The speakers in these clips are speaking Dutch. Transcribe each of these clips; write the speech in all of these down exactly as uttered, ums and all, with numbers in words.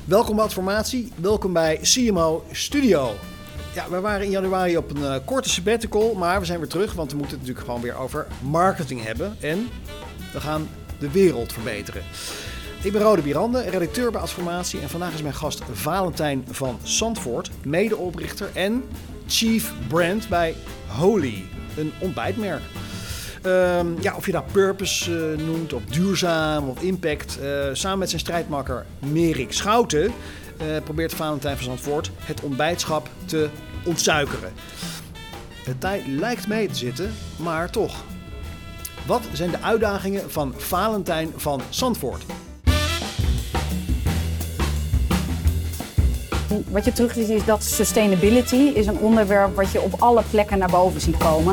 Welkom bij Adformatie, welkom bij C M O Studio. Ja, we waren in januari op een uh, korte sabbatical, maar we zijn weer terug, want we moeten het natuurlijk gewoon weer over marketing hebben. En we gaan de wereld verbeteren. Ik ben Rode Birande, redacteur bij Adformatie en vandaag is mijn gast Valentijn van Zandvoort, medeoprichter en Chief Brand bij Holy, een ontbijtmerk. Um, ja, of je dat purpose uh, noemt, of duurzaam, of impact. Uh, samen met zijn strijdmakker Merik Schouten uh, probeert Valentijn van Zandvoort het ontbijtschap te ontsuikeren. Het tijd lijkt mee te zitten, maar toch. Wat zijn de uitdagingen van Valentijn van Zandvoort? Wat je terug ziet is dat sustainability is een onderwerp wat je op alle plekken naar boven ziet komen.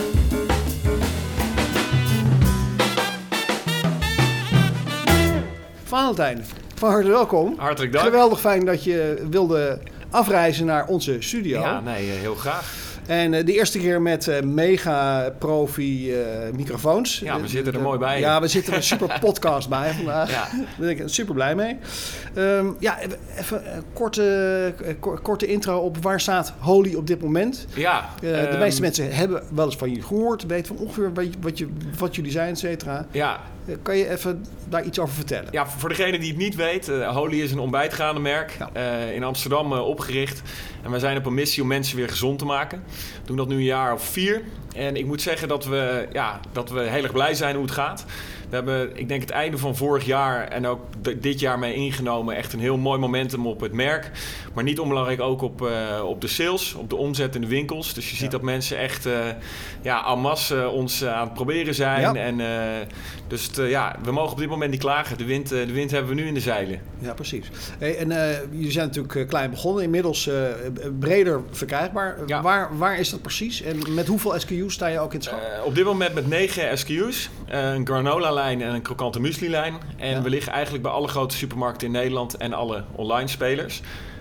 Valentijn, van harte welkom. Hartelijk dank. Geweldig fijn dat je wilde afreizen naar onze studio. Ja, nee, heel graag. En uh, de eerste keer met uh, mega profi uh, microfoons. Ja, we zitten er uh, mooi bij. Ja, we zitten er een super podcast bij vandaag. Ja. Daar ben ik super blij mee. Um, ja, even een korte, uh, korte intro op waar staat Holy op dit moment. Ja. Uh, de um, meeste mensen hebben wel eens van jullie gehoord. Weten van ongeveer wat, je, wat, je, wat jullie zijn, et cetera. Ja. Uh, kan je even daar iets over vertellen? Ja, voor degene die het niet weet, uh, Holy is een ontbijtgaande merk. Ja. Uh, in Amsterdam uh, opgericht. En wij zijn op een missie om mensen weer gezond te maken. We doen dat nu een jaar of vier. En ik moet zeggen dat we, ja, dat we heel erg blij zijn hoe het gaat. We hebben, ik denk het einde van vorig jaar en ook d- dit jaar mee ingenomen, echt een heel mooi momentum op het merk. Maar niet onbelangrijk ook op, uh, op de sales, op de omzet in de winkels. Dus je ziet ja. dat mensen echt uh, ja, en masse uh, ons uh, aan het proberen zijn. Ja. En, uh, dus het, uh, ja, we mogen op dit moment niet klagen. De wind, uh, de wind hebben we nu in de zeilen. Ja, precies. Hey, en uh, jullie zijn natuurlijk uh, klein begonnen, inmiddels uh, breder verkrijgbaar. Ja. Waar, waar is dat precies? En met hoeveel S K U's sta je ook in het schap? Uh, op dit moment met negen S K U's, uh, een granola-lijn en een krokante muesli-lijn. En ja. we liggen eigenlijk bij alle grote supermarkten in Nederland en alle online spelers.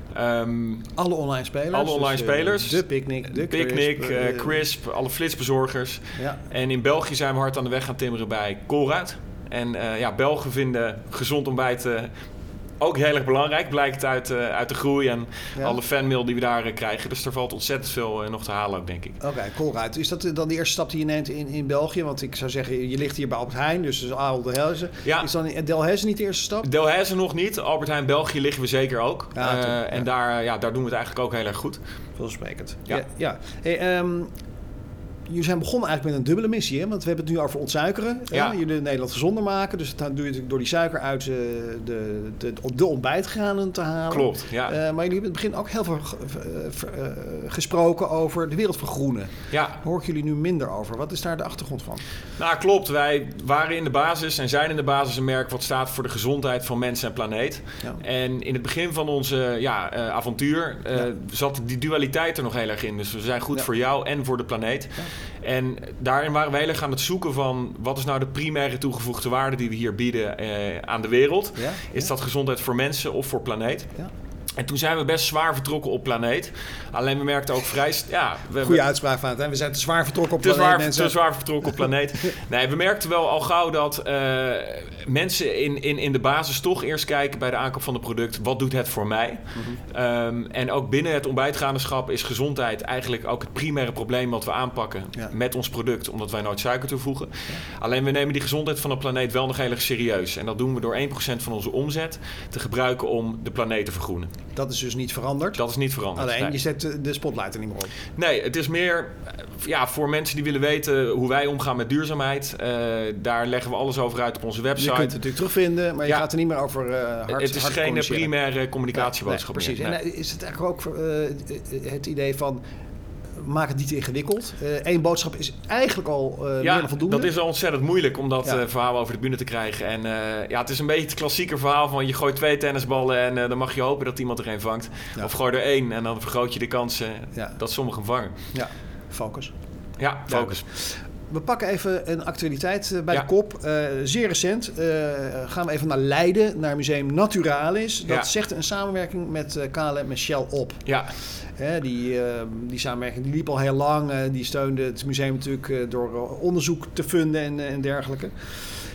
Um, alle online spelers? Alle online dus, spelers. De Picnic, de Picnic, Crisp, uh, Crisp, alle flitsbezorgers. Ja. En in België zijn we hard aan de weg gaan timmeren bij Colruyt. En uh, ja, Belgen vinden gezond ontbijt uh, ook heel erg belangrijk. Blijkt uit, uh, uit de groei en ja. alle fanmail die we daar uh, krijgen. Dus er valt ontzettend veel uh, nog te halen ook, denk ik. Oké, okay, Colruyt. Is dat dan de eerste stap die je neemt in, in België? Want ik zou zeggen, je ligt hier bij Albert Heijn, dus dat is Ahold Delhaize. Ja. Is dan Delhaize niet de eerste stap? Delhaize nog niet. Albert Heijn België liggen we zeker ook. Ja, uh, ja. En daar, ja, daar doen we het eigenlijk ook heel erg goed. Veelsprekend. Ja. ja, ja. Hey, um, jullie zijn begonnen eigenlijk met een dubbele missie, hè? Want we hebben het nu over ontsuikeren. Ja. Jullie willen Nederland gezonder maken. Dus dan doe je natuurlijk door die suiker uit de, de, de, de ontbijtgranen te halen. Klopt, ja. Uh, maar jullie hebben in het begin ook heel veel uh, gesproken over de wereld vergroenen. Ja. Daar hoor ik jullie nu minder over. Wat is daar de achtergrond van? Nou, klopt. Wij waren in de basis en zijn in de basis een merk wat staat voor de gezondheid van mens en planeet. Ja. En in het begin van onze ja, uh, avontuur uh, ja. zat die dualiteit er nog heel erg in. Dus we zijn goed ja. voor jou en voor de planeet. Ja. En daarin waren we heel erg aan het zoeken van wat is nou de primaire toegevoegde waarde die we hier bieden uh, aan de wereld. Ja? Is ja. dat gezondheid voor mensen of voor planeet? Ja. En toen zijn we best zwaar vertrokken op planeet. Alleen we merkten ook vrij... Ja, we, Goeie uitspraak van het, hè? We zijn te zwaar vertrokken op te planeet, zwaar, mensen. Te zwaar vertrokken op planeet. Nee, we merkten wel al gauw dat uh, mensen in, in, in de basis toch eerst kijken bij de aankoop van het product. Wat doet het voor mij? Mm-hmm. Um, en ook binnen het ontbijtgaanderschap is gezondheid eigenlijk ook het primaire probleem wat we aanpakken ja. met ons product. Omdat wij nooit suiker toevoegen. Ja. Alleen we nemen die gezondheid van de planeet wel nog heel erg serieus. En dat doen we door één procent van onze omzet te gebruiken om de planeet te vergroenen. Dat is dus niet veranderd? Dat is niet veranderd. Alleen, nee. je zet de spotlight er niet meer op. Nee, het is meer ja, voor mensen die willen weten hoe wij omgaan met duurzaamheid. Uh, daar leggen we alles over uit op onze website. Je kunt het natuurlijk terugvinden, maar je ja. gaat er niet meer over uh, hard Het is hard geen primaire communicatieboodschap. Nee, precies. Nee. En is het eigenlijk ook uh, het idee van... maak het niet te ingewikkeld. Eén uh, boodschap is eigenlijk al uh, ja, meer dan voldoende. Dat is wel ontzettend moeilijk om dat ja. uh, verhaal over de bühne te krijgen. En uh, ja, het is een beetje het klassieke verhaal van je gooit twee tennisballen en uh, dan mag je hopen dat iemand er één vangt. Ja. Of gooi er één en dan vergroot je de kans uh, ja. dat sommigen vangen. Ja, focus. Ja, focus. Ja. We pakken even een actualiteit uh, bij ja. de kop. Uh, zeer recent uh, gaan we even naar Leiden, naar Museum Naturalis. Dat ja. zegt een samenwerking met uh, K L M en Shell op. Ja. Hè, die, uh, die samenwerking die liep al heel lang. Uh, die steunde het museum natuurlijk uh, door uh, onderzoek te funden en, uh, en dergelijke.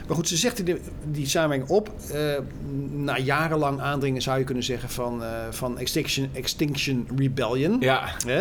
Maar goed, ze zegt die, die samenwerking op. Uh, na jarenlang aandringen zou je kunnen zeggen van, uh, van Extinction, Extinction Rebellion. Ja. Uh,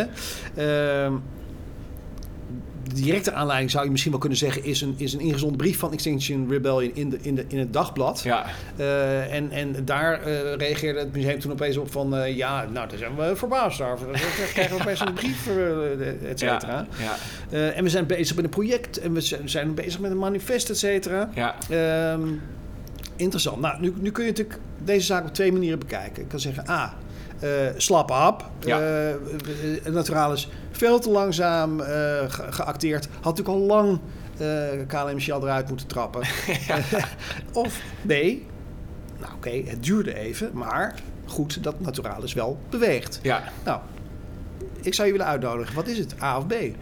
de directe aanleiding zou je misschien wel kunnen zeggen is een, is een ingezonden brief van Extinction Rebellion in, de, in, de, in het dagblad. Ja. Uh, en, en daar uh, reageerde het museum toen opeens op van uh, ja, nou daar zijn we verbaasd over. Dan krijgen we opeens een brief, uh, et cetera. Ja. Ja. Uh, en we zijn bezig met een project en we zijn bezig met een manifest, et cetera. Ja. Uh, interessant. Nou, nu, nu kun je natuurlijk deze zaak op twee manieren bekijken. Ik kan zeggen, ah, uh, slappe hap. Ja. Uh, Naturalis veel te langzaam uh, ge- geacteerd. Had natuurlijk al lang uh, K L M Shell eruit moeten trappen. Ja. Of B, nou oké, okay, het duurde even, maar goed dat Naturalis wel beweegt. Ja. Nou, ik zou je willen uitnodigen. Wat is het, A of B? Uh,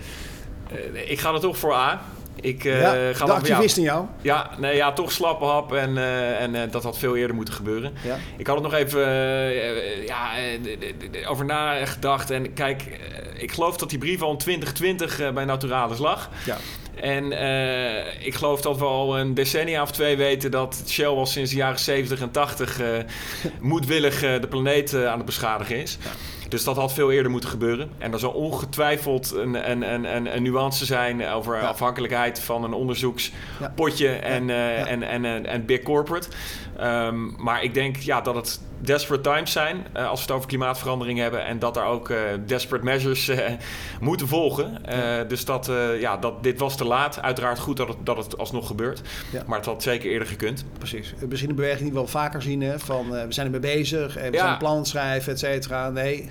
ik ga er toch voor A. Ik, uh, ja, ga de activist in jou? Ja, nee, ja, toch slappe hap en, uh, en uh, dat had veel eerder moeten gebeuren. Ja. Ik had er nog even uh, ja, uh, over nagedacht. En kijk, uh, ik geloof dat die brief al in twintig twintig uh, bij Naturalis lag. Ja. En uh, ik geloof dat we al een decennia of twee weten dat Shell al sinds de jaren zeventig en tachtig uh, moedwillig uh, de planeet uh, aan het beschadigen is. Ja. Dus dat had veel eerder moeten gebeuren. En er zal ongetwijfeld een, een, een, een, een nuance zijn over ja. afhankelijkheid van een onderzoekspotje ja. en, uh, ja. en, en, en, en big corporate. Um, maar ik denk ja, dat het desperate times zijn uh, als we het over klimaatverandering hebben. En dat er ook uh, desperate measures uh, moeten volgen. Uh, ja. Dus dat, uh, ja, dat, dit was te laat. Uiteraard goed dat het, dat het alsnog gebeurt. Ja. Maar het had zeker eerder gekund. Precies. Misschien een beweging die we wel vaker zien. Hè? Van uh, we zijn ermee bezig. En we ja. zijn een plan schrijven, et cetera. Nee.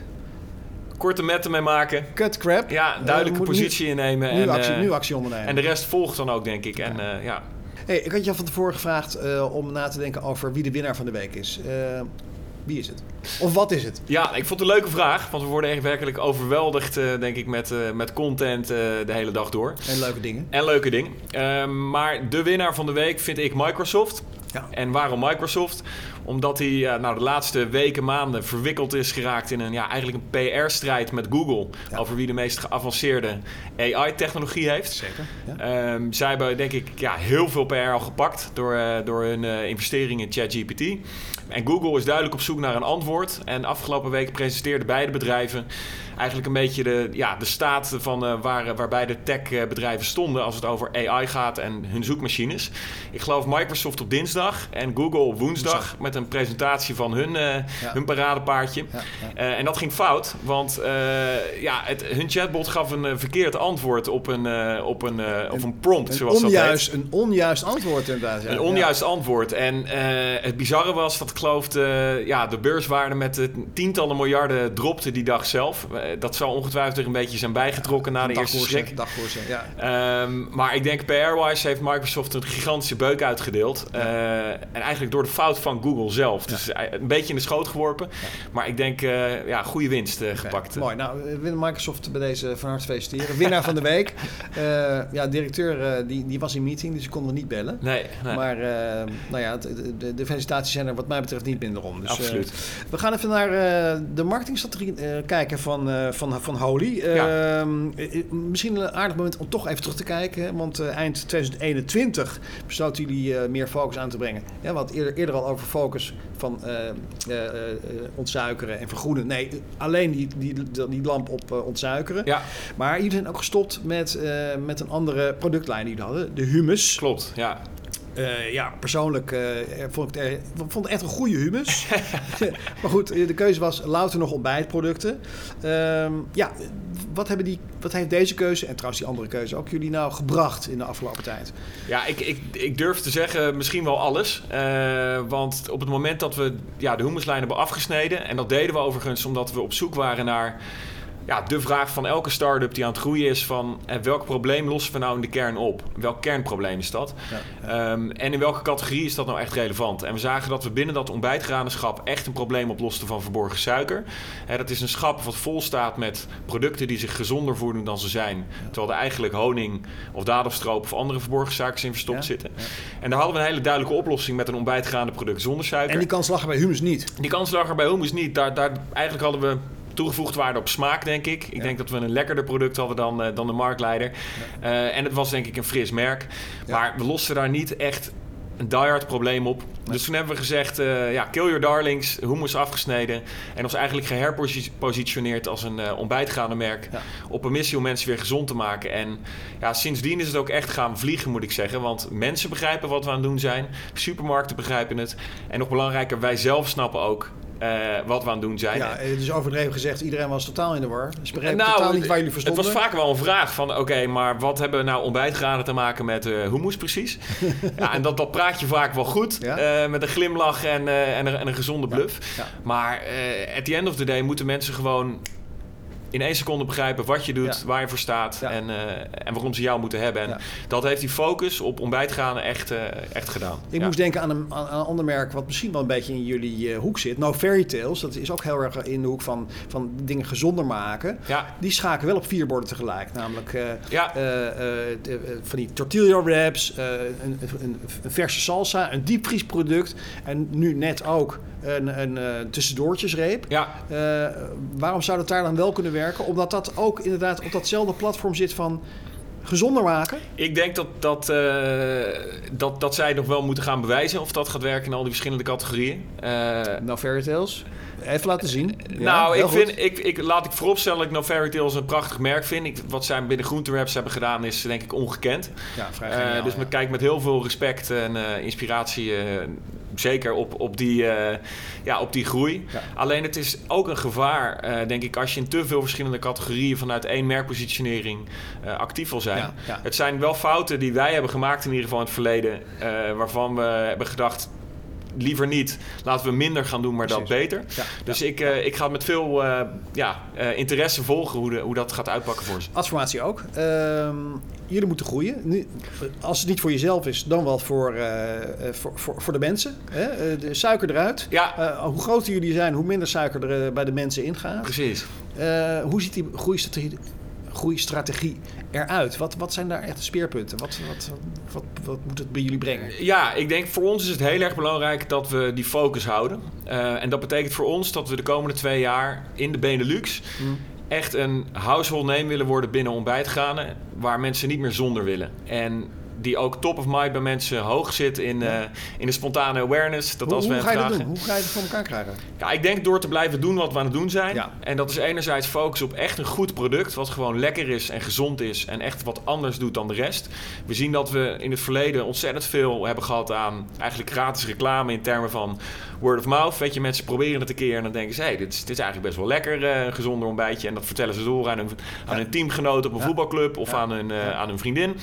Korte metten mee maken. Cut crap. Ja, duidelijke uh, positie nu, innemen. Nu, en, actie, uh, nu actie ondernemen. En de rest volgt dan ook, denk ik. En, uh, ja. Hey, ik had je van tevoren gevraagd uh, om na te denken over wie de winnaar van de week is. Uh, wie is het? Of wat is het? Ja, ik vond het een leuke vraag. Want we worden echt werkelijk overweldigd, uh, denk ik, met, uh, met content uh, de hele dag door. En leuke dingen. En leuke dingen. Uh, maar de winnaar van de week vind ik Microsoft. Ja. En waarom Microsoft? Omdat hij uh, nou, de laatste weken, maanden verwikkeld is geraakt in een, ja, eigenlijk een P R-strijd met Google. Ja. Over wie de meest geavanceerde A I-technologie heeft. Zeker. Ja. Um, zij hebben, denk ik, ja, heel veel P R al gepakt door, uh, door hun uh, investering in ChatGPT. En Google is duidelijk op zoek naar een antwoord. En afgelopen week presenteerden beide bedrijven eigenlijk een beetje de, ja, de staat van uh, waar, waar beide techbedrijven stonden als het over A I gaat en hun zoekmachines. Ik geloof Microsoft op dinsdag en Google woensdag met een presentatie van hun, uh, ja. hun paradepaardje. Ja, ja. Uh, en dat ging fout, want uh, ja, het, hun chatbot gaf een uh, verkeerd antwoord op een, uh, op een, uh, of een prompt, een zoals onjuist, dat heet. Een onjuist antwoord inderdaad. Ja. Een onjuist ja. antwoord. En uh, het bizarre was dat ik geloof de, ja, de beurswaarde met de tientallen miljarden dropte die dag zelf. Uh, dat zal ongetwijfeld weer een beetje zijn bijgetrokken na de eerste schrik. Dagkoers, ja. Um, maar ik denk P R-wise heeft Microsoft een gigantische beuk uitgedeeld. Ja. Uh, en eigenlijk door de fout van Google zelf. Dus ja. een beetje in de schoot geworpen. Ja. Maar ik denk, uh, ja, goede winst uh, okay. gepakt. Mooi. Nou, we willen Microsoft bij deze van harte feliciteren. Winnaar van de week. Uh, ja, de directeur uh, die, die was in meeting, dus ik kon hem niet bellen. Nee. nee. Maar uh, nou ja, de, de, de felicitaties zijn er wat mij betreft niet minder om. Dus, absoluut. Uh, we gaan even naar uh, de marketingstrategie uh, kijken van, uh, van, van Holy. Uh, ja. uh, misschien een aardig moment om toch even terug te kijken. Want uh, eind twintig eenentwintig besloten jullie uh, meer focus aan te brengen. Ja, we hadden eerder, eerder al over focus van uh, uh, uh, ontsuikeren en vergroenen. Nee, alleen die, die, die lamp op uh, ontsuikeren. Ja. Maar jullie zijn ook gestopt met, uh, met een andere productlijn die jullie hadden. De humus. Klopt, ja. Uh, ja, persoonlijk uh, vond ik het, vond het echt een goede humus. Maar goed, de keuze was louter nog ontbijtproducten. Uh, ja, wat, hebben die, wat heeft deze keuze, en trouwens die andere keuze ook, jullie nou gebracht in de afgelopen tijd? Ja, ik, ik, ik durf te zeggen misschien wel alles. Uh, want op het moment dat we ja, de humuslijn hebben afgesneden, en dat deden we overigens omdat we op zoek waren naar ja, de vraag van elke start-up die aan het groeien is van eh, welk probleem lossen we nou in de kern op? Welk kernprobleem is dat? Ja, ja. Um, en in welke categorie is dat nou echt relevant? En we zagen dat we binnen dat ontbijtgranenschap echt een probleem oplosten van verborgen suiker. Hè, dat is een schap wat vol staat met producten die zich gezonder voelen dan ze zijn. Ja. Terwijl er eigenlijk honing of dadelstroop of andere verborgen suikers in verstopt ja, zitten. Ja. En daar hadden we een hele duidelijke oplossing met een ontbijtgranenproduct zonder suiker. En die kans lag er bij humus niet? Die kans lag er bij humus niet. Daar, daar, eigenlijk hadden we toegevoegde waarde op smaak, denk ik. Ik ja. denk dat we een lekkerder product hadden dan, uh, dan de marktleider. Ja. Uh, en het was denk ik een fris merk. Ja. Maar we losten daar niet echt een diehard probleem op. Nee. Dus toen hebben we gezegd, uh, ja, kill your darlings, hummus afgesneden. En ons eigenlijk geherpositioneerd als een uh, ontbijtgraanenmerk. Ja. Op een missie om mensen weer gezond te maken. En ja, sindsdien is het ook echt gaan vliegen, moet ik zeggen. Want mensen begrijpen wat we aan het doen zijn. Supermarkten begrijpen het. En nog belangrijker, wij zelf snappen ook Uh, wat we aan het doen zijn. Ja, het is overdreven gezegd, iedereen was totaal in de war. Dus begreep nou, totaal niet waar jullie verstonden. Het was vaak wel een vraag van, oké, okay, maar wat hebben nou ontbijtgranen te maken met uh, hummus precies? Ja, en dat, dat praat je vaak wel goed, ja? uh, met een glimlach en, uh, en, een, en een gezonde bluff. Ja, ja. Maar uh, at the end of the day moeten mensen gewoon in één seconde begrijpen wat je doet, ja. waar je voor staat ja. en, uh, en waarom ze jou moeten hebben. En ja. dat heeft die focus op ontbijtgranen echt, uh, echt gedaan. Ik ja. moest denken aan een, aan een ander merk wat misschien wel een beetje in jullie uh, hoek zit. No Fairy Tales, dat is ook heel erg in de hoek van, van dingen gezonder maken. Ja. Die schaken wel op vier borden tegelijk. Namelijk uh, ja. uh, uh, de, uh, van die tortilla wraps, uh, een, een, een verse salsa, een diepvriesproduct en nu net ook een, een uh, tussendoortjesreep. Ja. Uh, waarom zou dat daar dan wel kunnen werken? Omdat dat ook inderdaad op datzelfde platform zit van gezonder maken? Ik denk dat, dat, uh, dat, dat zij nog wel moeten gaan bewijzen of dat gaat werken in al die verschillende categorieën. Uh, No Fairy Tales? Even laten zien. Ja, nou, ik vind, ik, ik, laat ik vooropstellen dat ik No Fairy Tales een prachtig merk vind. Ik, wat zij binnen groentewraps hebben gedaan is denk ik ongekend. Ja, vrij geniaal, uh, dus ja. me kijk met heel veel respect en uh, inspiratie uh, zeker op, op, die, uh, ja, op die groei. Ja. Alleen het is ook een gevaar, uh, denk ik, als je in te veel verschillende categorieën vanuit één merkpositionering uh, actief wil zijn. Ja, ja. Het zijn wel fouten die wij hebben gemaakt in ieder geval in het verleden, uh, waarvan we hebben gedacht, liever niet. Laten we minder gaan doen, maar Precies. dat beter. Ja, dus ja. Ik, uh, ik ga met veel uh, ja, uh, interesse volgen hoe, de, hoe dat gaat uitpakken voor ze. Adformatie ook. Uh, jullie moeten groeien. Nu, als het niet voor jezelf is, dan wel voor, uh, voor, voor, voor de mensen. Hè? Uh, de suiker eruit. Ja. Uh, hoe groter jullie zijn, hoe minder suiker er uh, bij de mensen ingaat. Precies. Uh, hoe ziet die groeistrategie, groeistrategie eruit? Wat, wat zijn daar echt de speerpunten? Wat, wat, wat, wat moet het bij jullie brengen? Ja, ik denk voor ons is het heel erg belangrijk dat we die focus houden. Uh, en dat betekent voor ons dat we de komende twee jaar in de Benelux hmm. echt een household name willen worden binnen ontbijtgranen, waar mensen niet meer zonder willen. En die ook top of mind bij mensen hoog zit in, ja. uh, in de spontane awareness. Dat hoe, als we hoe ga je vragen, dat doen? Hoe ga je het voor elkaar krijgen? Ja, ik denk door te blijven doen wat we aan het doen zijn. Ja. En dat is enerzijds focus op echt een goed product, wat gewoon lekker is en gezond is en echt wat anders doet dan de rest. We zien dat we in het verleden ontzettend veel hebben gehad aan eigenlijk gratis reclame in termen van word of mouth. Weet je, mensen proberen het een keer en dan denken ze, hé, hey, dit, dit is eigenlijk best wel lekker, uh, een gezonder ontbijtje. En dat vertellen ze door aan hun, aan hun teamgenoot op een ja. voetbalclub of ja. aan, hun, uh, aan hun vriendin.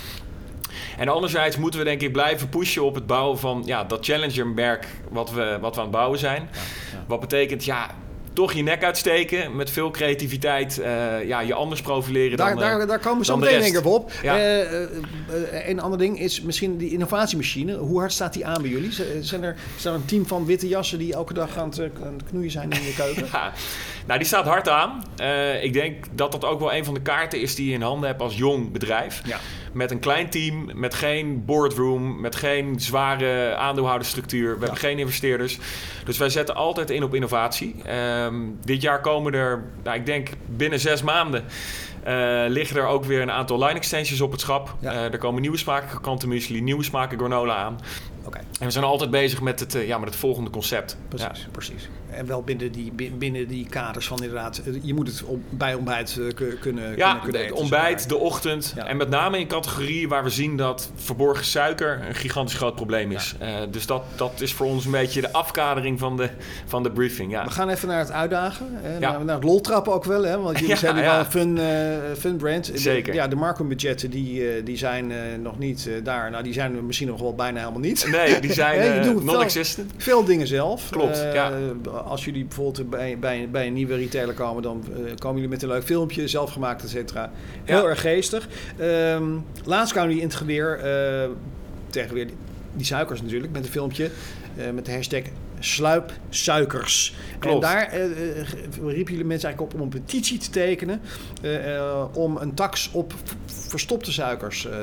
En anderzijds moeten we denk ik blijven pushen op het bouwen van ja, dat challenger-merk wat we, wat we aan het bouwen zijn. Ja, ja. Wat betekent, ja, toch je nek uitsteken met veel creativiteit. Uh, ja, je anders profileren daar, dan de daar, daar komen we zo meteen denk ik op. Ja. Uh, uh, uh, een ander ding is misschien die innovatiemachine. Hoe hard staat die aan bij jullie? Zijn er, is er een team van witte jassen die elke dag aan het, aan het knoeien zijn in je keuken? Ja. Nou, die staat hard aan. Uh, ik denk dat dat ook wel een van de kaarten is die je in handen hebt als jong bedrijf. Ja. Met een klein team, met geen boardroom, met geen zware aandeelhoudersstructuur. We ja. hebben geen investeerders. Dus wij zetten altijd in op innovatie. Um, dit jaar komen er, nou, ik denk binnen zes maanden... Uh, liggen er ook weer een aantal line extensions op het schap. Ja. Uh, er komen nieuwe smaken gekante muesli, nieuwe smaken granola aan. Okay. En we zijn altijd bezig met het, uh, ja, met het volgende concept. Precies, ja. precies. En wel binnen die, binnen die kaders van inderdaad... Je moet het op, bij ontbijt uh, kunnen, ja, kunnen, kunnen eten. Ja, ontbijt, de ochtend. Ja. En met name in categorieën waar we zien dat verborgen suiker... een gigantisch groot probleem is. Ja. Uh, dus dat, dat is voor ons een beetje de afkadering van de, van de briefing. Ja. We gaan even naar het uitdagen. Hè? Ja. Naar, naar het loltrappen ook wel. Hè? Want jullie ja, zijn nu ja. wel een fun, uh, fun brand. Zeker. De, ja, de marketingbudgetten die, uh, die zijn uh, nog niet uh, daar. Nou, die zijn er misschien nog wel bijna helemaal niet. Nee, die zijn... Je doet non-existent. Veel, veel dingen zelf. Klopt, uh, ja. Als jullie bijvoorbeeld bij, bij, bij een nieuwe retailer komen... dan uh, komen jullie met een leuk filmpje, zelfgemaakt, et cetera. Heel ja. erg geestig. Um, laatst kwamen jullie in het geweer... Uh, tegen weer die, die suikers natuurlijk, met een filmpje... Uh, met de hashtag sluipsuikers. Klopt. En daar uh, uh, riepen jullie mensen eigenlijk op om een petitie te tekenen... Uh, uh, om een tax op verstopte suikers... Uh,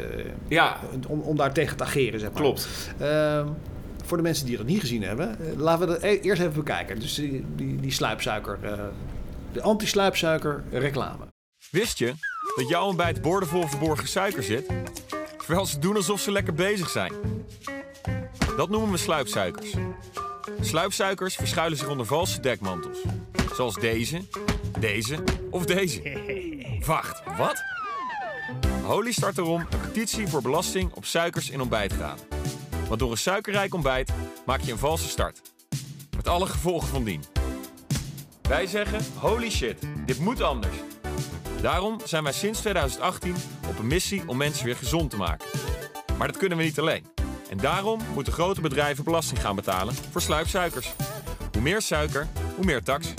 ja. om, om daar tegen te ageren, zeg maar. Klopt. Uh, voor de mensen die dat niet gezien hebben... Uh, laten we dat e- eerst even bekijken. Dus die, die, die sluipsuiker... Uh, de anti-sluipsuiker reclame. Wist je dat jouw ontbijt boordevol verborgen suiker zit? Terwijl ze doen alsof ze lekker bezig zijn. Dat noemen we sluipsuikers. Sluipsuikers verschuilen zich onder valse dekmantels. Zoals deze, deze of deze. Wacht, wat? Holy start erom een petitie voor belasting op suikers in ontbijtgranen. Want door een suikerrijk ontbijt maak je een valse start. Met alle gevolgen van dien. Wij zeggen, holy shit, dit moet anders. Daarom zijn wij sinds twintig achttien op een missie om mensen weer gezond te maken. Maar dat kunnen we niet alleen. En daarom moeten grote bedrijven belasting gaan betalen voor sluipsuikers. Hoe meer suiker, hoe meer tax.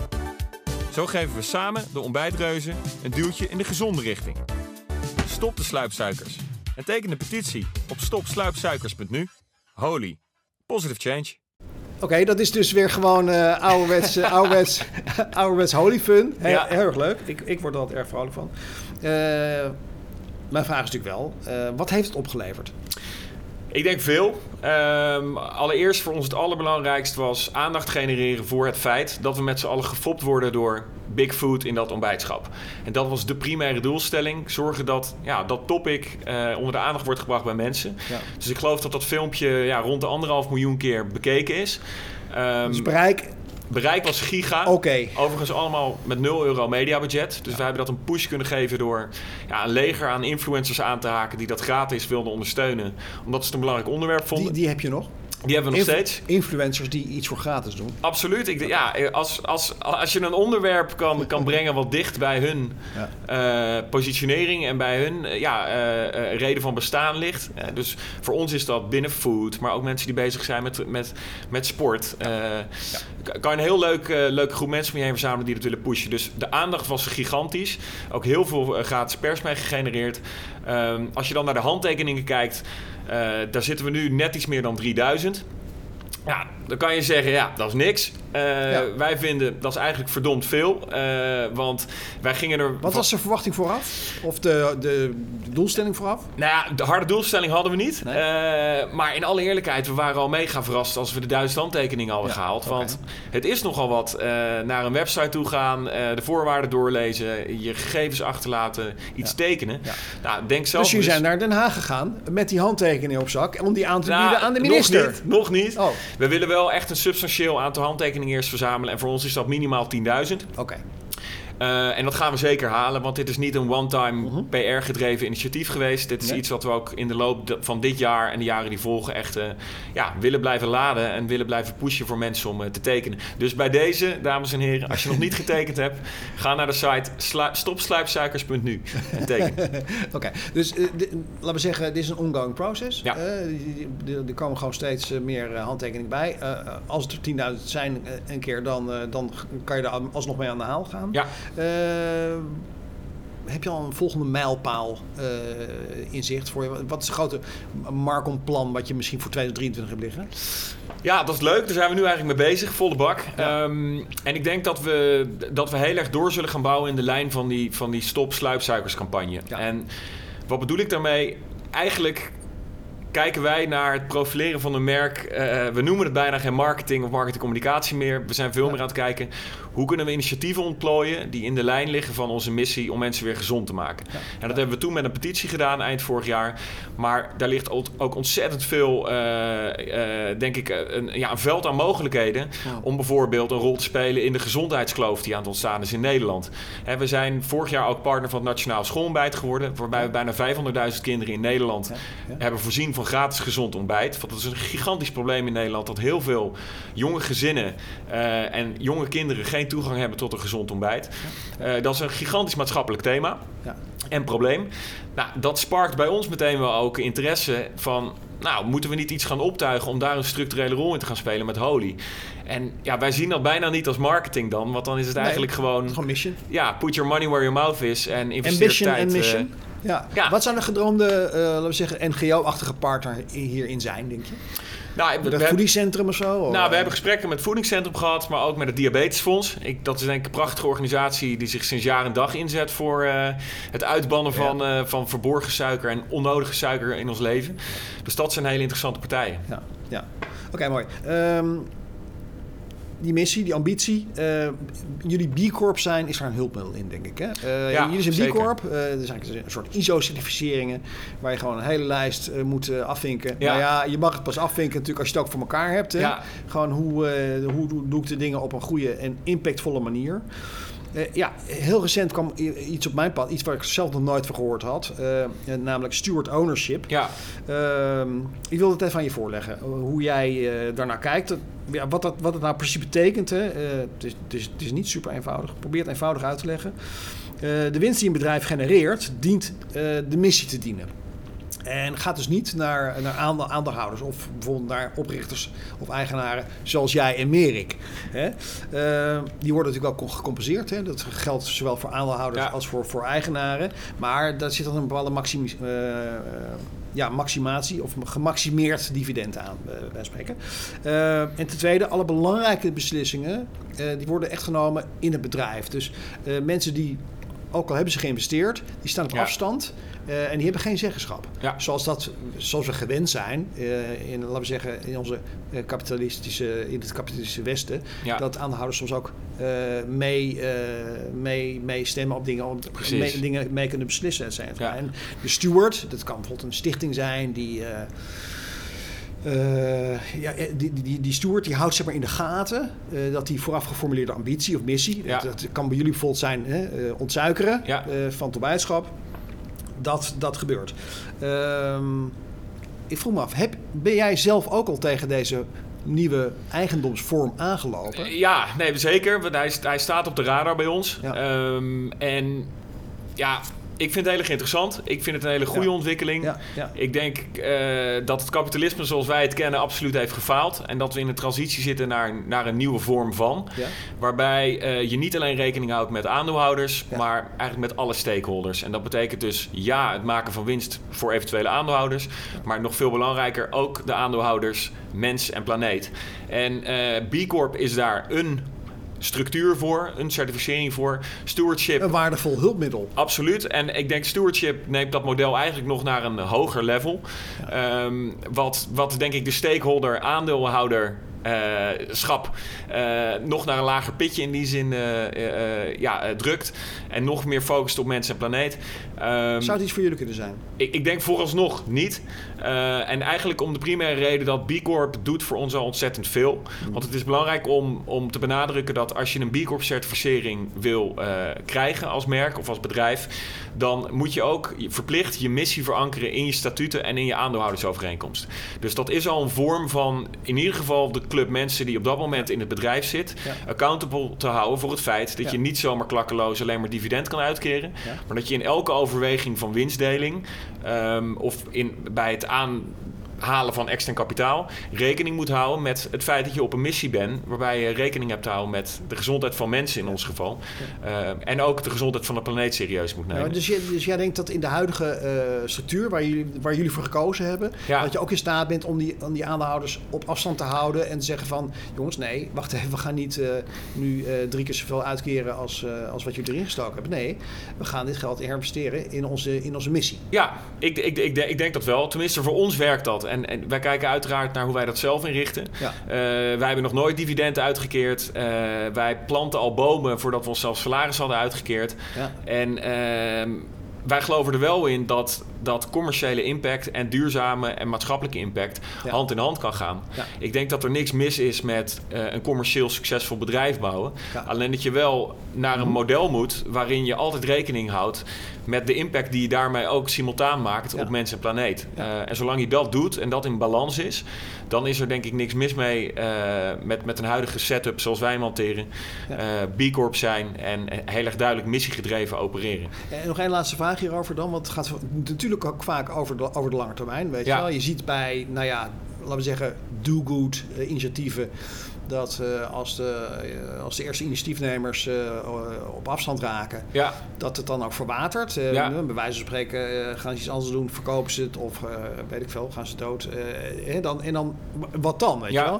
Zo geven we samen de ontbijtreuzen een duwtje in de gezonde richting. Stop de sluipsuikers. En teken de petitie op stop sluipsuikers punt nu. Holy. Positive change. Oké, okay, dat is dus weer gewoon uh, ouderwets, uh, ouderwets, ouderwets holy fun. He- ja. Heel erg leuk. Ik, ik word er altijd erg vrolijk van. Uh, mijn vraag is natuurlijk wel, uh, wat heeft het opgeleverd? Ik denk veel. Um, allereerst voor ons het allerbelangrijkste was aandacht genereren voor het feit dat we met z'n allen gefopt worden door Big Food in dat ontbijtschap. En dat was de primaire doelstelling. Zorgen dat ja, dat topic uh, onder de aandacht wordt gebracht bij mensen. Ja. Dus ik geloof dat dat filmpje ja, rond de anderhalf miljoen keer bekeken is. Um, dus bereik... Bereik was giga. Oké. Okay. Overigens allemaal met nul euro mediabudget. Dus ja. wij hebben dat een push kunnen geven door ja, een leger aan influencers aan te haken die dat gratis wilden ondersteunen. Omdat ze het een belangrijk onderwerp vonden. Die, die heb je nog? Die hebben we nog Inf- steeds. Influencers die iets voor gratis doen. Absoluut. Ik, ja, als, als, als je een onderwerp kan, kan brengen wat dicht bij hun ja. uh, positionering en bij hun uh, ja, uh, uh, reden van bestaan ligt. Uh, dus voor ons is dat binnen food, maar ook mensen die bezig zijn met, met, met sport. Uh, ja. Kan je een heel leuk, uh, leuke groep mensen om je heen verzamelen die dat willen pushen. Dus de aandacht was gigantisch. Ook heel veel uh, gratis pers mee gegenereerd. Um, als je dan naar de handtekeningen kijkt, uh, daar zitten we nu net iets meer dan drieduizend. Ja, dan kan je zeggen, ja, dat is niks. Uh, ja. Wij vinden, dat is eigenlijk verdomd veel. Uh, want wij gingen er... Wat was de verwachting vooraf? Of de, de, de doelstelling vooraf? Nou ja, de harde doelstelling hadden we niet. Nee. Uh, maar in alle eerlijkheid, we waren al mega verrast als we de duizend handtekeningen hadden ja, gehaald. Okay. Want het is nogal wat. Uh, naar een website toe gaan, uh, de voorwaarden doorlezen, je gegevens achterlaten, iets ja. tekenen. Ja. Nou, denk zelf dus jullie dus... zijn naar Den Haag gegaan met die handtekening op zak om die aan te bieden nou, aan de minister? Nog niet. Nog niet. Oh. We willen wel echt een substantieel aantal handtekeningen eerst verzamelen. En voor ons is dat minimaal tienduizend. Oké. Okay. Uh, en dat gaan we zeker halen, want dit is niet een one-time uh-huh. P R-gedreven initiatief geweest. Dit is nee. iets wat we ook in de loop van dit jaar en de jaren die volgen echt uh, ja, willen blijven laden en willen blijven pushen voor mensen om uh, te tekenen. Dus bij deze, dames en heren, als je nog niet getekend hebt, ga naar de site slu- stop sluipsuikers punt nu en teken. Oké, okay. dus uh, d- laten we zeggen, dit is een ongoing process. Ja. Uh, er komen gewoon steeds uh, meer uh, handtekeningen bij. Uh, als er tienduizend zijn uh, een keer, dan, uh, dan kan je er alsnog mee aan de haal gaan. Ja. Uh, heb je al een volgende mijlpaal uh, in zicht voor je? Wat is het grote Marcom-plan wat je misschien voor twintig drieëntwintig hebt liggen? Ja, dat is leuk. Daar zijn we nu eigenlijk mee bezig, volle bak. Ja. Um, en ik denk dat we, dat we heel erg door zullen gaan bouwen in de lijn van die, van die stop sluipsuikerscampagne. Ja. En wat bedoel ik daarmee? Eigenlijk kijken wij naar het profileren van een merk. Uh, we noemen het bijna geen marketing of marketingcommunicatie meer. We zijn veel ja. meer aan het kijken, hoe kunnen we initiatieven ontplooien die in de lijn liggen van onze missie om mensen weer gezond te maken. Ja. En dat ja. hebben we toen met een petitie gedaan eind vorig jaar. Maar daar ligt ook ontzettend veel, uh, uh, denk ik, een, ja, een veld aan mogelijkheden. Ja. Om bijvoorbeeld een rol te spelen in de gezondheidskloof die aan het ontstaan is in Nederland. En we zijn vorig jaar ook partner van het Nationaal Schoolontbijt geworden, waarbij we bijna vijfhonderdduizend kinderen in Nederland ja. Ja. hebben voorzien van gratis gezond ontbijt. Want dat is een gigantisch probleem in Nederland, dat heel veel jonge gezinnen uh, en jonge kinderen geen toegang hebben tot een gezond ontbijt. Ja. Uh, dat is een gigantisch maatschappelijk thema ja. en probleem. Nou, dat sparkt bij ons meteen wel ook interesse van, nou, moeten we niet iets gaan optuigen om daar een structurele rol in te gaan spelen met Holy? En ja, wij zien dat bijna niet als marketing dan, want dan is het nee, eigenlijk gewoon... gewoon mission. Ja, put your money where your mouth is en investeer Ambition tijd. En mission. Uh, ja. Ja. Wat zou de gedroomde, uh, laten we zeggen, N G O-achtige partner hierin zijn, denk je? Nou, we, het we voedingscentrum of zo? Of? Nou, we hebben gesprekken met het voedingscentrum gehad, maar ook met het Diabetesfonds. Ik, dat is denk ik een prachtige organisatie die zich sinds jaar en dag inzet voor uh, het uitbannen ja. van, uh, van verborgen suiker en onnodige suiker in ons leven. Dus dat zijn hele interessante partijen. Ja, ja. Oké, okay, mooi. Um, die missie, die ambitie. Uh, jullie B Corp zijn, is daar een hulpmiddel in, denk ik. Hè? Uh, ja, jullie zijn zeker. B Corp. Uh, er zijn een soort I S O-certificeringen waar je gewoon een hele lijst uh, moet uh, afvinken. Ja. Nou ja, je mag het pas afvinken natuurlijk als je het ook voor elkaar hebt. Hè? Ja. Gewoon hoe, uh, hoe, hoe doe ik de dingen op een goede en impactvolle manier. Uh, ja, heel recent kwam iets op mijn pad, iets waar ik zelf nog nooit van gehoord had, uh, namelijk steward ownership. Ja. Uh, ik wil het even aan je voorleggen, hoe jij uh, daarnaar kijkt. Ja, wat, dat, wat het nou precies betekent, hè. Uh, het, is, het, is, het is niet super eenvoudig. Probeer het eenvoudig uit te leggen. Uh, de winst die een bedrijf genereert, dient uh, de missie te dienen. En gaat dus niet naar, naar aandeelhouders of bijvoorbeeld naar oprichters of eigenaren zoals jij en Merik. Hè? Uh, die worden natuurlijk ook gecompenseerd. Hè? Dat geldt zowel voor aandeelhouders ja. als voor, voor eigenaren. Maar daar zit dan een bepaalde maximi, uh, ja, maximatie of gemaximeerd dividend aan, uh, bij spreken. Uh, en ten tweede, alle belangrijke beslissingen uh, die worden echt genomen in het bedrijf. Dus uh, mensen die, ook al hebben ze geïnvesteerd, die staan op ja. afstand. Uh, en die hebben geen zeggenschap. Ja. Zoals, dat, zoals we gewend zijn uh, in, laten we zeggen, in onze uh, kapitalistische, in het kapitalistische Westen, ja. dat aandeelhouders soms ook uh, mee, uh, mee, mee stemmen op dingen, om mee, dingen mee kunnen beslissen, et cetera. Ja. En de steward, dat kan bijvoorbeeld een stichting zijn die. Uh, Uh, ja, die, die, die steward die houdt zeg maar in de gaten uh, dat die vooraf geformuleerde ambitie of missie, ja. dat, dat kan bij jullie bijvoorbeeld zijn hè, uh, ontsuikeren ja. uh, van toebijdschap, dat, dat gebeurt. Uh, ik vroeg me af, heb, ben jij zelf ook al tegen deze nieuwe eigendomsvorm aangelopen? Ja, nee, zeker. Hij, hij staat op de radar bij ons. Ja. Um, en ja... Ik vind het heel erg interessant. Ik vind het een hele goede ja. ontwikkeling. Ja, ja. Ik denk uh, dat het kapitalisme zoals wij het kennen absoluut heeft gefaald. En dat we in een transitie zitten naar, naar een nieuwe vorm van. Ja. Waarbij uh, je niet alleen rekening houdt met aandeelhouders, ja. maar eigenlijk met alle stakeholders. En dat betekent dus ja, het maken van winst voor eventuele aandeelhouders. Ja. Maar nog veel belangrijker ook de aandeelhouders, mens en planeet. En uh, B Corp is daar een structuur voor, een certificering voor. Stewardship. Een waardevol hulpmiddel. Absoluut. En ik denk stewardship neemt dat model eigenlijk nog naar een hoger level. Ja. Um, wat, wat denk ik de stakeholder, aandeelhouder, Uh, schap uh, nog naar een lager pitje in die zin uh, uh, ja, uh, drukt. En nog meer focust op mens en planeet. Um, Zou het iets voor jullie kunnen zijn? Ik, ik denk vooralsnog niet. Uh, en eigenlijk om de primaire reden dat B Corp doet voor ons al ontzettend veel. Mm. Want het is belangrijk om, om te benadrukken dat als je een B Corp certificering wil uh, krijgen als merk of als bedrijf, dan moet je ook verplicht je missie verankeren in je statuten en in je aandeelhoudersovereenkomst. Dus dat is al een vorm van in ieder geval de club mensen die op dat moment in het bedrijf zit, ja. accountable te houden voor het feit dat ja. je niet zomaar klakkeloos alleen maar dividend kan uitkeren, ja. maar dat je in elke overweging van winstdeling um, of in, bij het aanhalen van extern kapitaal rekening moet houden met het feit dat je op een missie bent waarbij je rekening hebt te houden met de gezondheid van mensen in ons geval ja. uh, en ook de gezondheid van de planeet serieus moet nemen. Ja, dus, je, dus jij denkt dat in de huidige uh, structuur waar jullie, waar jullie voor gekozen hebben, ja. dat je ook in staat bent om die, om die aandeelhouders op afstand te houden en te zeggen van jongens, nee, wacht even, we gaan niet uh, nu uh, drie keer zoveel uitkeren als, uh, als wat jullie erin gestoken hebben. Nee, we gaan dit geld herinvesteren in onze, in onze missie. Ja, ik, ik, ik, ik denk dat wel. Tenminste, voor ons werkt dat. En, en wij kijken uiteraard naar hoe wij dat zelf inrichten. Ja. Uh, wij hebben nog nooit dividenden uitgekeerd. Uh, wij planten al bomen voordat we onszelf salaris hadden uitgekeerd. Ja. En uh, wij geloven er wel in dat, dat commerciële impact en duurzame en maatschappelijke impact ja. hand in hand kan gaan. Ja. Ik denk dat er niks mis is met uh, een commercieel succesvol bedrijf bouwen. Ja. Alleen dat je wel naar een model moet waarin je altijd rekening houdt met de impact die je daarmee ook simultaan maakt ja. op mens en planeet. Ja. Uh, en zolang je dat doet en dat in balans is, dan is er denk ik niks mis mee uh, met, met een huidige setup zoals wij hem hanteren. Ja. Uh, B Corp zijn en heel erg duidelijk missiegedreven opereren. En nog één laatste vraag hierover dan, want het gaat natuurlijk ook vaak over de, over de lange termijn. Weet ja. je wel? Je ziet bij, nou ja, laten we zeggen, do-good uh, initiatieven, dat uh, als, de, uh, als de eerste initiatiefnemers uh, op afstand raken, ja. dat het dan ook verwatert. Uh, ja. Bij wijze van spreken uh, gaan ze iets anders doen, verkopen ze het of uh, weet ik veel, gaan ze dood. Uh, en, dan, en dan, wat dan, weet ja. je wel?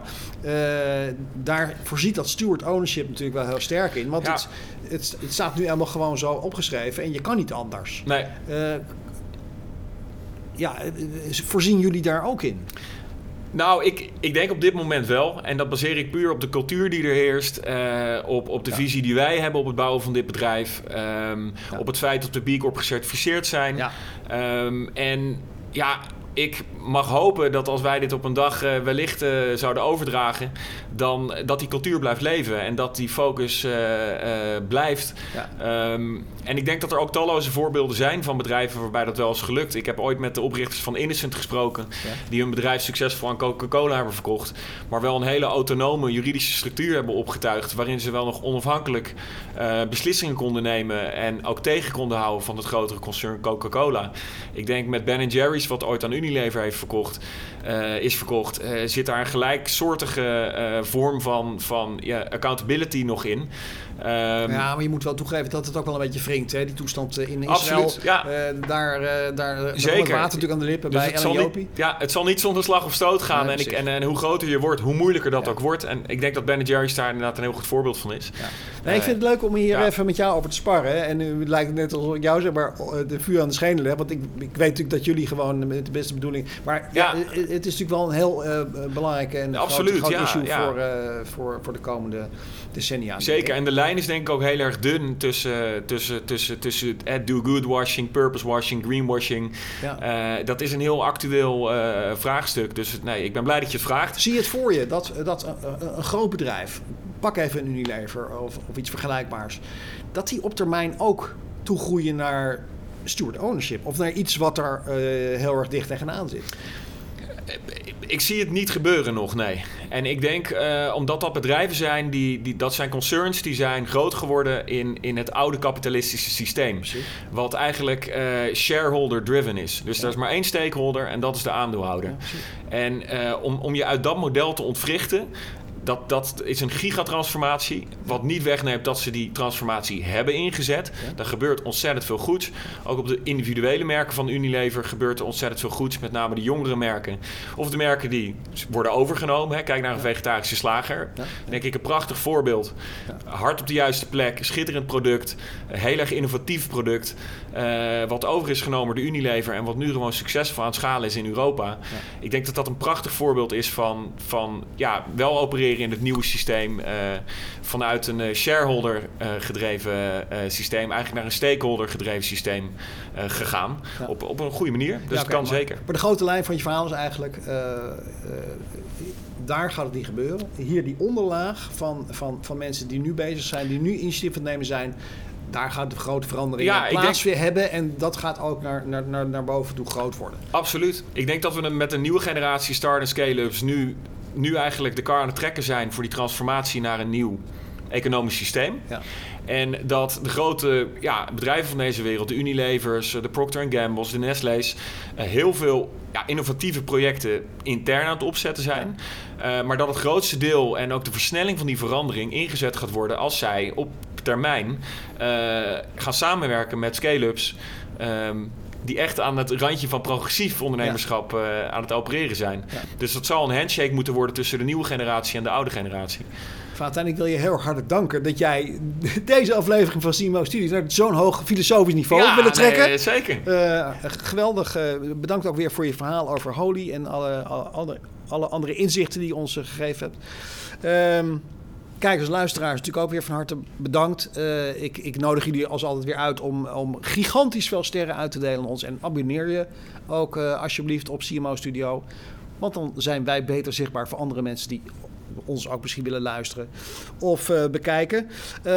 Uh, daar voorziet dat steward ownership natuurlijk wel heel sterk in. Want ja. het, het, het staat nu helemaal gewoon zo opgeschreven en je kan niet anders. Nee. Uh, ja, voorzien jullie daar ook in? Nou, ik, ik denk op dit moment wel. En dat baseer ik puur op de cultuur die er heerst. Uh, op, op de ja. visie die wij hebben op het bouwen van dit bedrijf. Um, ja. Op het feit dat we B Corp gecertificeerd zijn. Ja. Um, en ja... Ik mag hopen dat als wij dit op een dag uh, wellicht uh, zouden overdragen... dan dat die cultuur blijft leven en dat die focus uh, uh, blijft. Ja. Um, en ik denk dat er ook talloze voorbeelden zijn van bedrijven waarbij dat wel is gelukt. Ik heb ooit met de oprichters van Innocent gesproken... Ja. die hun bedrijf succesvol aan Coca-Cola hebben verkocht... maar wel een hele autonome juridische structuur hebben opgetuigd... waarin ze wel nog onafhankelijk uh, beslissingen konden nemen... en ook tegen konden houden van het grotere concern Coca-Cola. Ik denk met Ben en Jerry's, wat ooit aan Unilever heeft verkocht, uh, is verkocht, uh, zit daar een gelijksoortige uh, vorm van, van ja, accountability nog in. Um, ja, maar je moet wel toegeven dat het ook wel een beetje wringt, hè? Die toestand in Israël. Absoluut, ja. Uh, daar uh, daar Zeker. Het water natuurlijk aan de lippen dus bij El Jopi. Ja, het zal niet zonder slag of stoot gaan. Ja, en, ik, en, en hoe groter je wordt, hoe moeilijker dat ja. ook wordt. En ik denk dat Ben en Jerry's daar inderdaad een heel goed voorbeeld van is. Ja. Nee, ik vind het leuk om hier ja. even met jou over te sparren. En nu lijkt het net alsof ik jou zeg maar de vuur aan de schenen heb. Want ik, ik weet natuurlijk dat jullie gewoon met de beste bedoeling... Maar ja, ja, het is natuurlijk wel een heel uh, belangrijke en Absoluut, groot, groot ja, issue ja. Voor, uh, voor, voor de komende decennia. Zeker, en de lijn is denk ik ook heel erg dun tussen, tussen, tussen, tussen uh, do-good washing, purpose washing, greenwashing. Ja. Uh, dat is een heel actueel uh, vraagstuk. Dus nee, ik ben blij dat je het vraagt. Zie je het voor je, dat, dat een, een groot bedrijf, pak even een Unilever of, of iets vergelijkbaars, dat die op termijn ook toegroeien naar steward ownership of naar iets wat er uh, heel erg dicht tegenaan zit? Ik zie het niet gebeuren nog, nee. En ik denk, uh, omdat dat bedrijven zijn, die, die, dat zijn concerns die zijn groot geworden in, in het oude kapitalistische systeem. Precies. Wat eigenlijk uh, shareholder-driven is. Dus ja. er is maar één stakeholder en dat is de aandeelhouder. Ja, en uh, om, om je uit dat model te ontwrichten... Dat, dat is een gigatransformatie. Wat niet wegneemt dat ze die transformatie hebben ingezet. Ja. Daar gebeurt ontzettend veel goeds. Ook op de individuele merken van Unilever gebeurt er ontzettend veel goeds. Met name de jongere merken. Of de merken die worden overgenomen. Hè. Kijk naar een ja. vegetarische slager. Ja. Ja. Denk ik een prachtig voorbeeld. Ja. Hard op de juiste plek. Schitterend product. Een heel erg innovatief product. Uh, wat over is genomen door Unilever. En wat nu gewoon succesvol aan het schalen is in Europa. Ja. Ik denk dat dat een prachtig voorbeeld is van, van ja, wel opereren in het nieuwe systeem uh, vanuit een uh, shareholder uh, gedreven uh, systeem eigenlijk naar een stakeholder gedreven systeem uh, gegaan. Ja. Op, op een goede manier. Dus ja, het kan maar, zeker. Maar de grote lijn van je verhaal is eigenlijk uh, uh, daar gaat het niet gebeuren. Hier die onderlaag van, van, van mensen die nu bezig zijn, die nu initiatief aan het nemen zijn. Daar gaat de grote verandering ja, plaats denk... weer hebben. En dat gaat ook naar, naar, naar, naar boven toe groot worden. Absoluut. Ik denk dat we met een nieuwe generatie start- en scale-ups nu, nu eigenlijk de kar aan het trekken zijn voor die transformatie naar een nieuw economisch systeem. Ja. En dat de grote ja, bedrijven van deze wereld, de Unilevers, de Procter en Gamble's, de Nestlé's, uh, heel veel ja, innovatieve projecten intern aan het opzetten zijn. Ja. Uh, maar dat het grootste deel en ook de versnelling van die verandering ingezet gaat worden als zij op termijn uh, gaan samenwerken met scale-ups um, die echt aan het randje van progressief ondernemerschap ja. uh, aan het opereren zijn. Ja. Dus dat zal een handshake moeten worden tussen de nieuwe generatie en de oude generatie. Vaatijn, ik wil je heel erg hartelijk danken dat jij deze aflevering van C M O Studios naar zo'n hoog filosofisch niveau ja, willen trekken. Nee, zeker. Uh, geweldig. Uh, bedankt ook weer voor je verhaal over Holy en alle, alle, alle andere inzichten die je ons uh, gegeven hebt. Um, Kijkers, luisteraars, natuurlijk ook weer van harte bedankt. Uh, ik, ik nodig jullie als altijd weer uit om, om gigantisch veel sterren uit te delen aan ons. En abonneer je ook uh, alsjeblieft op C M O Studio. Want dan zijn wij beter zichtbaar voor andere mensen die ons ook misschien willen luisteren of uh, bekijken.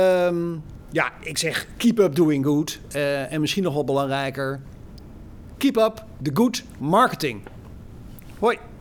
Um, ja, ik zeg keep up doing good. Uh, en misschien nog wel belangrijker, keep up the good marketing. Hoi.